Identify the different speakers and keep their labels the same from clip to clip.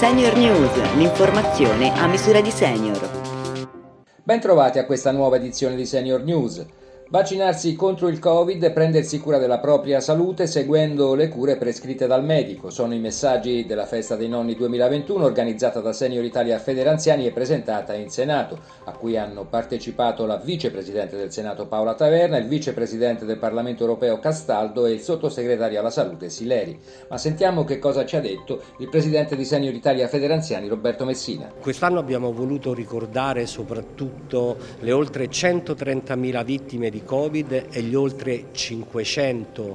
Speaker 1: Senior News, l'informazione a misura di senior.
Speaker 2: Bentrovati a questa nuova edizione di Senior News. Vaccinarsi contro il Covid e prendersi cura della propria salute seguendo le cure prescritte dal medico. Sono i messaggi della Festa dei Nonni 2021 organizzata da Senior Italia Federanziani e presentata in Senato, a cui hanno partecipato la vicepresidente del Senato Paola Taverna, il vicepresidente del Parlamento Europeo Castaldo e il sottosegretario alla Salute Sileri. Ma sentiamo che cosa ci ha detto il presidente di Senior Italia Federanziani Roberto Messina.
Speaker 3: Quest'anno abbiamo voluto ricordare soprattutto le oltre 130.000 vittime di Covid e gli oltre 500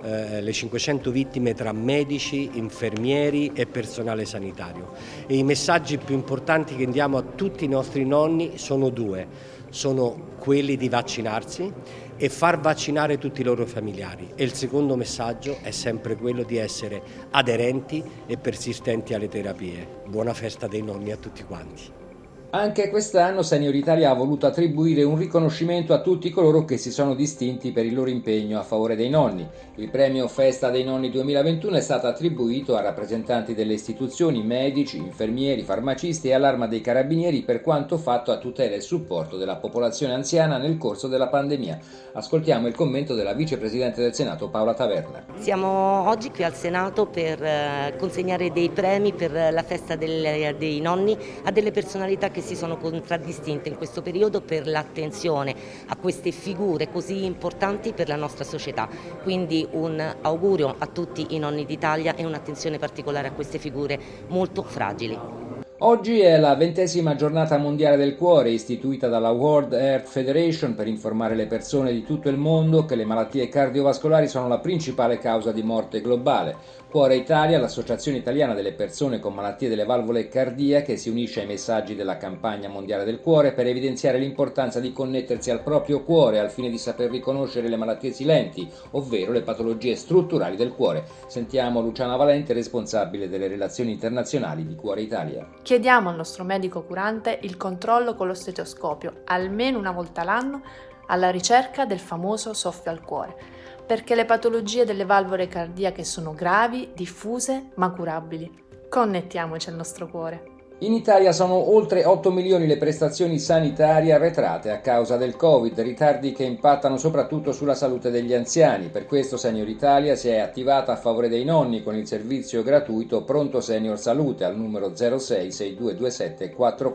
Speaker 3: vittime tra medici, infermieri e personale sanitario. E i messaggi più importanti che diamo a tutti i nostri nonni sono due: sono quelli di vaccinarsi e far vaccinare tutti i loro familiari. E il secondo messaggio è sempre quello di essere aderenti e persistenti alle terapie. Buona festa dei nonni a tutti quanti.
Speaker 2: Anche quest'anno Senior Italia ha voluto attribuire un riconoscimento a tutti coloro che si sono distinti per il loro impegno a favore dei nonni. Il premio Festa dei Nonni 2021 è stato attribuito a rappresentanti delle istituzioni, medici, infermieri, farmacisti e all'Arma dei Carabinieri per quanto fatto a tutela e supporto della popolazione anziana nel corso della pandemia. Ascoltiamo il commento della vicepresidente del Senato Paola Taverna.
Speaker 4: Siamo oggi qui al Senato per consegnare dei premi per la Festa dei Nonni a delle personalità che si sono contraddistinte in questo periodo per l'attenzione a queste figure così importanti per la nostra società. Quindi un augurio a tutti i nonni d'Italia e un'attenzione particolare a queste figure molto fragili.
Speaker 2: Oggi è la 20ª giornata mondiale del cuore, istituita dalla World Heart Federation per informare le persone di tutto il mondo che le malattie cardiovascolari sono la principale causa di morte globale. Cuore Italia, l'associazione italiana delle persone con malattie delle valvole cardiache, si unisce ai messaggi della campagna mondiale del cuore per evidenziare l'importanza di connettersi al proprio cuore al fine di saper riconoscere le malattie silenti, ovvero le patologie strutturali del cuore. Sentiamo Luciana Valente, responsabile delle relazioni internazionali di Cuore Italia.
Speaker 5: Chiediamo al nostro medico curante il controllo con lo stetoscopio, almeno una volta l'anno, alla ricerca del famoso soffio al cuore, perché le patologie delle valvole cardiache sono gravi, diffuse, ma curabili. Connettiamoci al nostro cuore.
Speaker 2: In Italia sono oltre 8 milioni le prestazioni sanitarie arretrate a causa del Covid, ritardi che impattano soprattutto sulla salute degli anziani. Per questo Senior Italia si è attivata a favore dei nonni con il servizio gratuito Pronto Senior Salute al numero 06 6227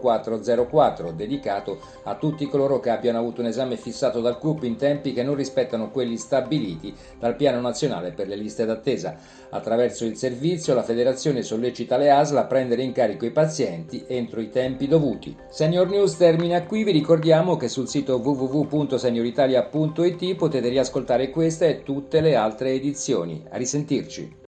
Speaker 2: 4404, dedicato a tutti coloro che abbiano avuto un esame fissato dal CUP in tempi che non rispettano quelli stabiliti dal Piano Nazionale per le liste d'attesa. Attraverso il servizio la Federazione sollecita le ASL a prendere in carico i pazienti entro i tempi dovuti. Senior News termina qui, vi ricordiamo che sul sito www.senioritalia.it potete riascoltare questa e tutte le altre edizioni. A risentirci.